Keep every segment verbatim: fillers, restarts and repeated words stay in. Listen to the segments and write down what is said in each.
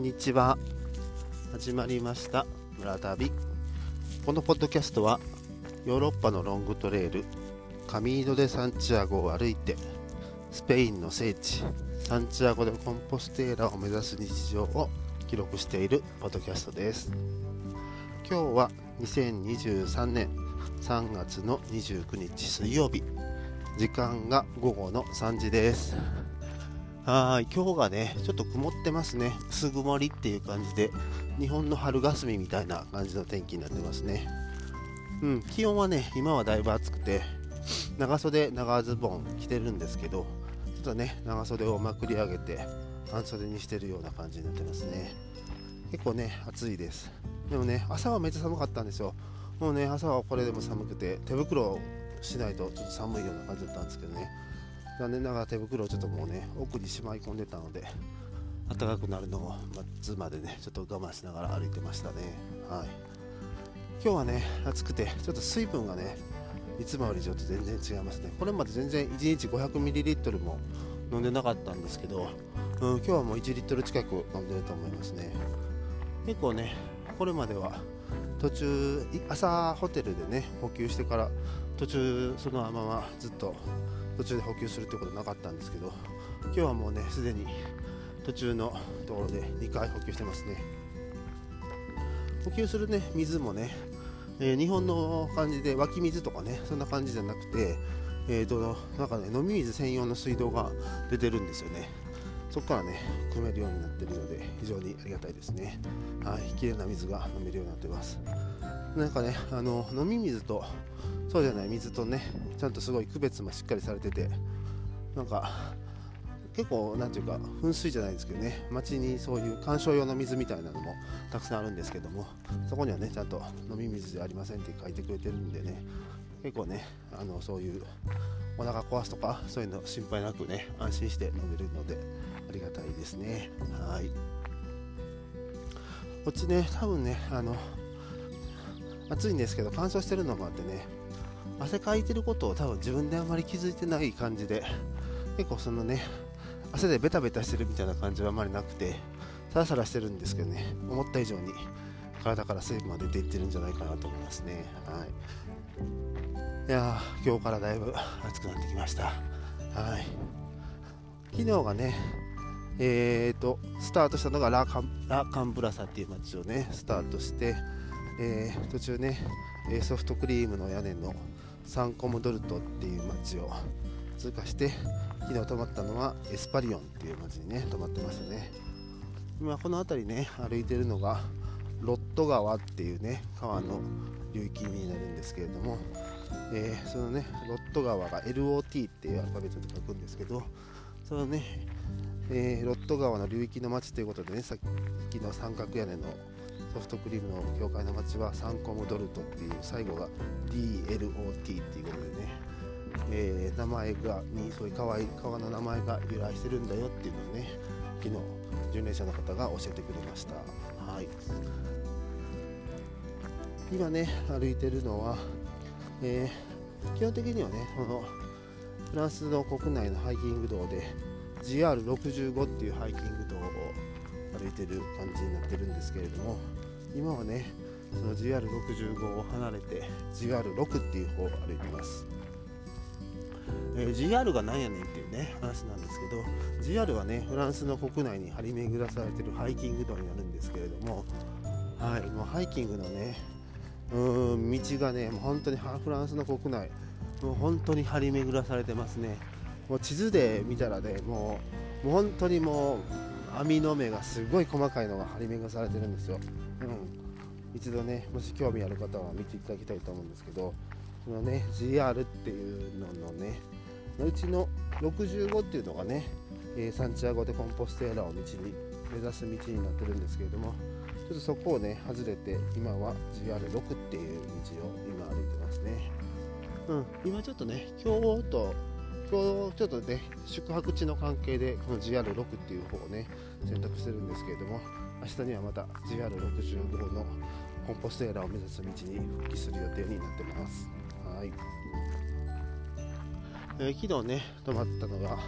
にちは。始まりました村旅。このポッドキャストはヨーロッパのロングトレイルカミーノ・デ・サンチアゴを歩いてスペインの聖地サンチアゴ・デ・コンポステーラを目指す日常を記録しているポッドキャストです。今日はにせんにじゅうさんねんさんがつのにじゅうくにち水曜日、時間が午後のさんじです。はい、今日がねちょっと曇ってますね。薄曇りっていう感じで日本の春霞みたいな感じの天気になってますね。うん、気温はね今はだいぶ暑くて長袖長ズボン着てるんですけど、ちょっとね長袖をまくり上げて半袖にしてるような感じになってますね。結構ね暑いです。でもね朝はめっちゃ寒かったんですよ。もうね朝はこれでも寒くて手袋をしないとちょっと寒いような感じだったんですけどね、残念ながら手袋をちょっともうね奥にしまい込んでたので暖かくなるのを待つまでねちょっと我慢しながら歩いてましたね。はい、今日はね暑くてちょっと水分がねいつもよりちょっと全然違いますね。これまで全然いちにち ごひゃくミリリットル も飲んでなかったんですけど、うん、今日はもういちリットル近く飲んでると思いますね。結構ねこれまでは途中朝ホテルでね補給してから途中そのままずっと途中で補給するってことなかったんですけど、今日はもうねすでに途中のところでにかい補給してますね。補給するね水もね、えー、日本の感じで湧き水とかねそんな感じじゃなくて、えーとなんかね飲み水専用の水道が出てるんですよね。そこからね汲めるようになっているので非常にありがたいですね。はい、きれいな水が飲めるようになってます。なんかねあの飲み水とそうじゃない水とねちゃんとすごい区別もしっかりされてて、なんか結構なんていうか噴水じゃないですけどね、街にそういう観賞用の水みたいなのもたくさんあるんですけども、そこにはねちゃんと飲み水じゃありませんって書いてくれてるんでね、結構ねあのそういうお腹壊すとかそういうの心配なくね安心して飲めるのでありがたいですね。はい、こっちね多分ねあの暑いんですけど乾燥してるのもあってね汗かいてることを多分自分であまり気づいてない感じで、結構そのね汗でベタベタしてるみたいな感じはあまりなくてサラサラしてるんですけどね、思った以上に体から水分が出ていってるんじゃないかなと思いますね。はい、いやー今日からだいぶ暑くなってきました。はい、昨日がねえーとスタートしたのがラカン、ラカンブラサっていう街をねスタートして、えー、途中ねソフトクリームの屋根のサンコムドルトっていう街を通過して、昨日泊まったのはエスパリオンっていう街にね泊まってましたね。今この辺りね歩いてるのがロット川っていうね川の流域になるんですけれども、えー、そのねロット川が エルオーティー っていうアルファベットで書くんですけど、そのね、えー、ロット川の流域の町ということでね、さっきの三角屋根のソフトクリームの教会の町はサンコムドルトっていう最後が ディーエルオーティー っていうことでね、えー、名前がにそういう川い川の名前が由来してるんだよっていうのをね昨日巡礼者の方が教えてくれました。はい、今ね歩いてるのは、えー、基本的にはねこのフランスの国内のハイキング道で ジーアールろくじゅうご っていうハイキング道を歩いてる感じになってるんですけれども、今はねその ジーアールろくじゅうご を離れて ジーアールろく っていう方を歩いてます。えー、ジーアール が何やねんっていうね話なんですけど、 ジーアール はねフランスの国内に張り巡らされてるハイキング道になるんですけれども、はい、もうハイキングのねうーん道がねもう本当にフランスの国内もう本当に張り巡らされてますね。もう地図で見たらねもう、もう本当にもう網の目がすごい細かいのが張り巡らされてるんですよ。うん、一度ねもし興味ある方は見ていただきたいと思うんですけど、そのね ジーアール っていうののねうちのろくじゅうごっていうのがね、えー、サンチアゴ・デ・コンポステーラを道に目指す道になってるんですけれども、ちょっとそこをね外れて今は ジーアールろく っていう道を今歩いてますね。うん、今ちょっとね今日と今日ちょっとね宿泊地の関係でこの ジーアールろく っていう方をね選択してるんですけれども、明日にはまた ジーアールろくじゅうご のコンポステーラを目指す道に復帰する予定になってます。はい、えー、昨日ね泊まったのが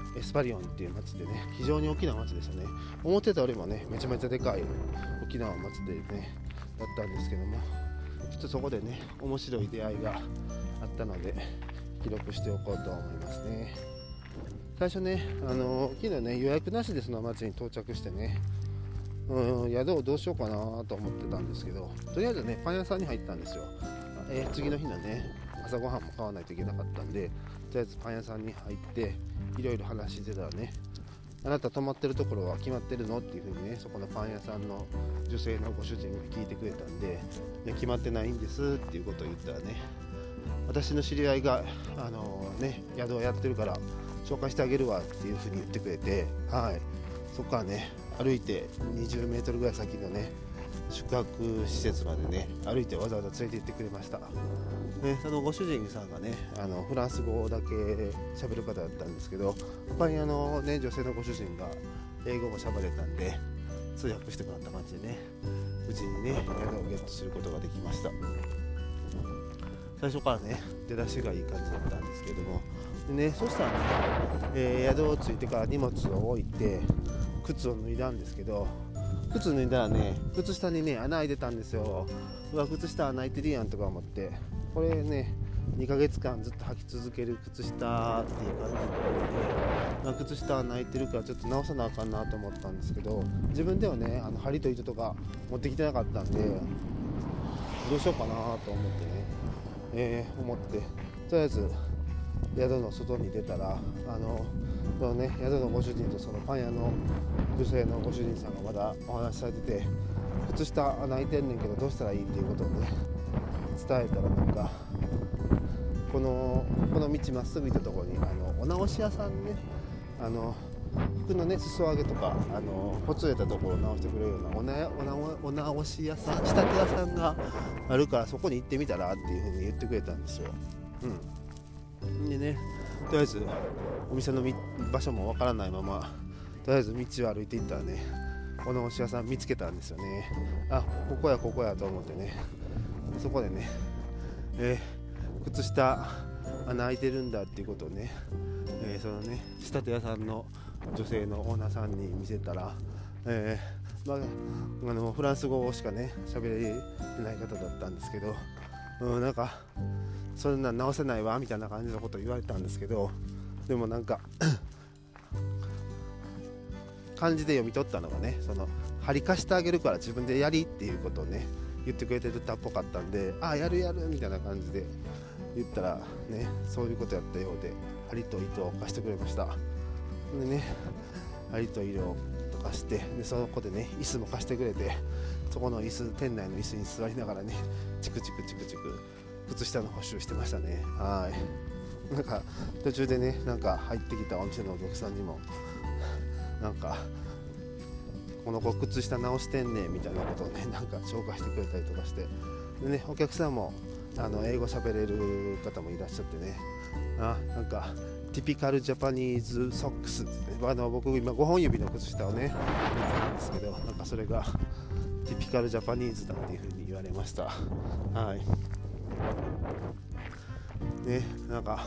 エスパリオンっていう町でね、非常に大きな町でしたね。思ってたよりもねめちゃめちゃでかい大きな町でねだったんですけども、ちょっとそこでね面白い出会いがあったので記録しておこうと思いますね。最初ね、あのー、昨日ね予約なしでその町に到着してね、うん、宿をどうしようかなと思ってたんですけど、とりあえずねパン屋さんに入ったんですよ。えー、次の日のね朝ごはんも買わないといけなかったんで、とりあえずパン屋さんに入っていろいろ話してたらね、あなた泊まってるところは決まってるのっていう風にね、そこのパン屋さんの女性のご主人が聞いてくれたんで、いや決まってないんですっていうことを言ったらね、私の知り合いがあのー、ね宿をやってるから紹介してあげるわっていう風に言ってくれて、はい、そこからね歩いてにじゅうメートルぐらい先のね宿泊施設までね歩いてわざわざ連れて行ってくれました。ね、そのご主人さんがねあのフランス語だけ喋る方だったんですけど、パン屋の、ね、女性のご主人が英語も喋れたんで通訳してもらった感じでね、無事にね宿をゲットすることができました。最初からね出だしがいい感じだったんですけども、でね、そしたらね、えー、宿を着いてから荷物を置いて靴を脱いだんですけど、靴脱いだらね靴下にね穴開いてたんですよ。うわ靴下穴開いてるやんとか思って、これねにかげつかんずっと履き続ける靴下っていう感じで、靴下穴開いてるからちょっと直さなあかんなと思ったんですけど、自分ではねあの針と糸とか持ってきてなかったんでどうしようかなと思ってね、えー、思ってとりあえず宿の外に出たら、あのそのね宿のご主人とそのパン屋の女性のご主人さんがまだお話しされてて、靴下穴開いてんねんけどどうしたらいいっていうことをね伝えたら、なんかこのこの道まっすぐ行ったところにあのお直し屋さんね、あの服のね裾上げとかあのほつれたところを直してくれるようなおなおなお直し屋さん、仕立て屋さんがあるからそこに行ってみたらっていう風に言ってくれたんですよ。うんでね、とりあえずお店の場所もわからないままとりあえず道を歩いていったらねお直し屋さん見つけたんですよね。あ、ここやここやと思ってね、そこでね、えー、靴下穴開いてるんだっていうことをね、えー、そのね仕立て屋さんの女性のオーナーさんに見せたら、えーまあ、あのフランス語しかね喋れない方だったんですけど、うん、なんかそんな直せないわみたいな感じのことを言われたんですけど、でもなんか漢字で読み取ったのがね、その張り貸してあげるから自分でやりっていうことをね言ってくれてたっぽかったんで、ああやるやるみたいな感じで言ったらね、そういうことやったようで針と糸を貸してくれました。でね針と糸を貸して、でその子でね椅子も貸してくれて、そこの椅子店内の椅子に座りながらねチクチクチクチク靴下の補修してましたね。はい、なんか途中でねなんか入ってきたお店のお客さんにもなんかこの子靴下直してんねみたいなことをねなんか紹介してくれたりとかして、でねお客さんもあの英語喋れる方もいらっしゃってね、あなんかティピカルジャパニーズソックスって、ね、あの僕今ごほん指の靴下をね見てるんですけど、なんかそれがティピカルジャパニーズだっていう風に言われました。はいね、なんか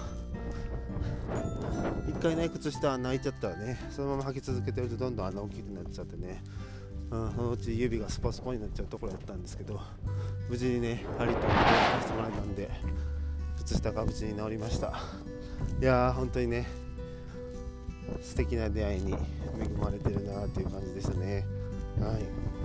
一回ね靴下泣いちゃったらねそのまま履き続けてるとどんどん穴大きくなっちゃってね、うん、そのうち指がスポスポになっちゃうところだったんですけど、無事にね針と糸を貸してもらえたんで靴下が無事に治りました。いやー本当にね素敵な出会いに恵まれてるなっていう感じでしたね。はい、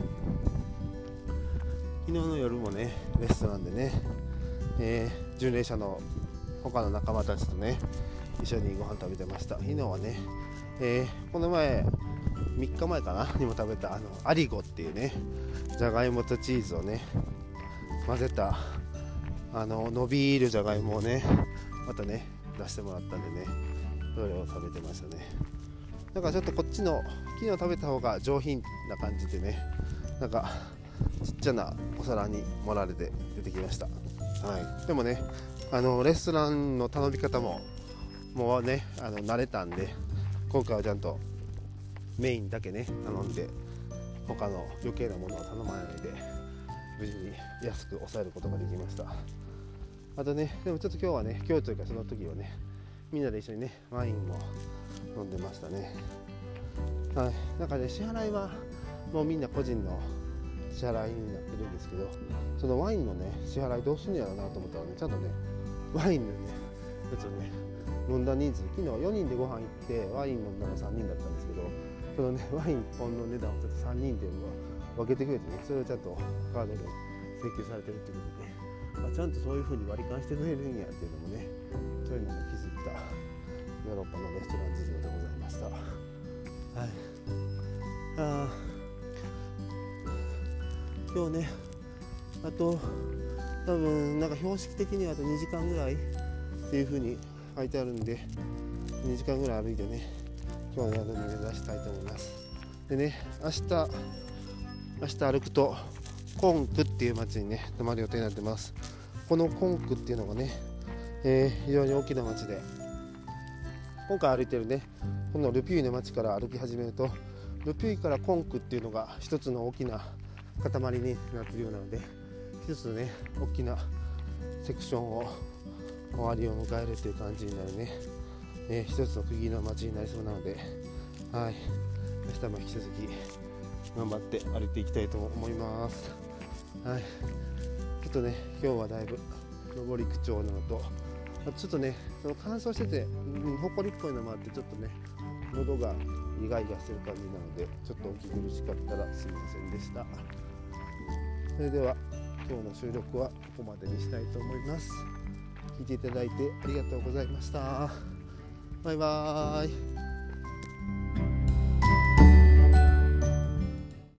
昨日の夜もねレストランでね、えー、巡礼者の他の仲間たちとね一緒にご飯食べてました。昨日はね、えー、この前みっかまえかなにも食べたあのアリゴっていうねじゃがいもとチーズをね混ぜたあの伸びるじゃがいもをねまたね出してもらったんでね、それを食べてましたね。なんかちょっとこっちの昨日食べた方が上品な感じでね、なんかちっちゃなお皿に盛られて出てきました。はい、でもねあのレストランの頼み方ももうねあの慣れたんで、今回はちゃんとメインだけね頼んで他の余計なものは頼まないで無事に安く抑えることができました。あとねでもちょっと今日はね今日というかその時はねみんなで一緒にねワインも飲んでましたね。はい、なんかね支払いはもうみんな個人の支払いになってるんですけど、そのワインのね支払いどうすんのやろうなと思ったらね、ちゃんとねワインのねやつをね飲んだ人数、昨日よにんでご飯行ってワイン飲んだのさんにんだったんですけど、そのねワインいっぽんの値段をちょっとさんにんで分けてくれてね、それをちゃんとカードで請求されてるっていうことで、ね、あちゃんとそういう風に割り勘してくれるんやっていうのもね、そういうのも気づいたヨーロッパのレストラン事情でございました。はい、あ今日ね、あと多分なんか標識的にはあとにじかんぐらいっていう風に書いてあるんで、にじかんぐらい歩いてね今日の宿に目指したいと思います。でね、明日明日歩くとコンクっていう町にね泊まる予定になってます。このコンクっていうのがね、えー、非常に大きな町で、今回歩いてるねこのルピュイの町から歩き始めると、ルピュイからコンクっていうのが一つの大きな塊になっているようなので、一つのね大きなセクションを終わりを迎えるという感じになるね、えー、一つの区切りの街になりそうなので、はい、明日も引き続き頑張って歩いていきたいと思います。はい、ちょっとね今日はだいぶ上り口調なのと、ちょっとねその乾燥してて、うん、ほこりっぽいのもあって、ちょっとね喉がイガイガしてる感じなので、ちょっとお聞き苦しかったらすみませんでした。それでは今日の収録はここまでにしたいと思います。聞いていただいてありがとうございました。バイバーイ。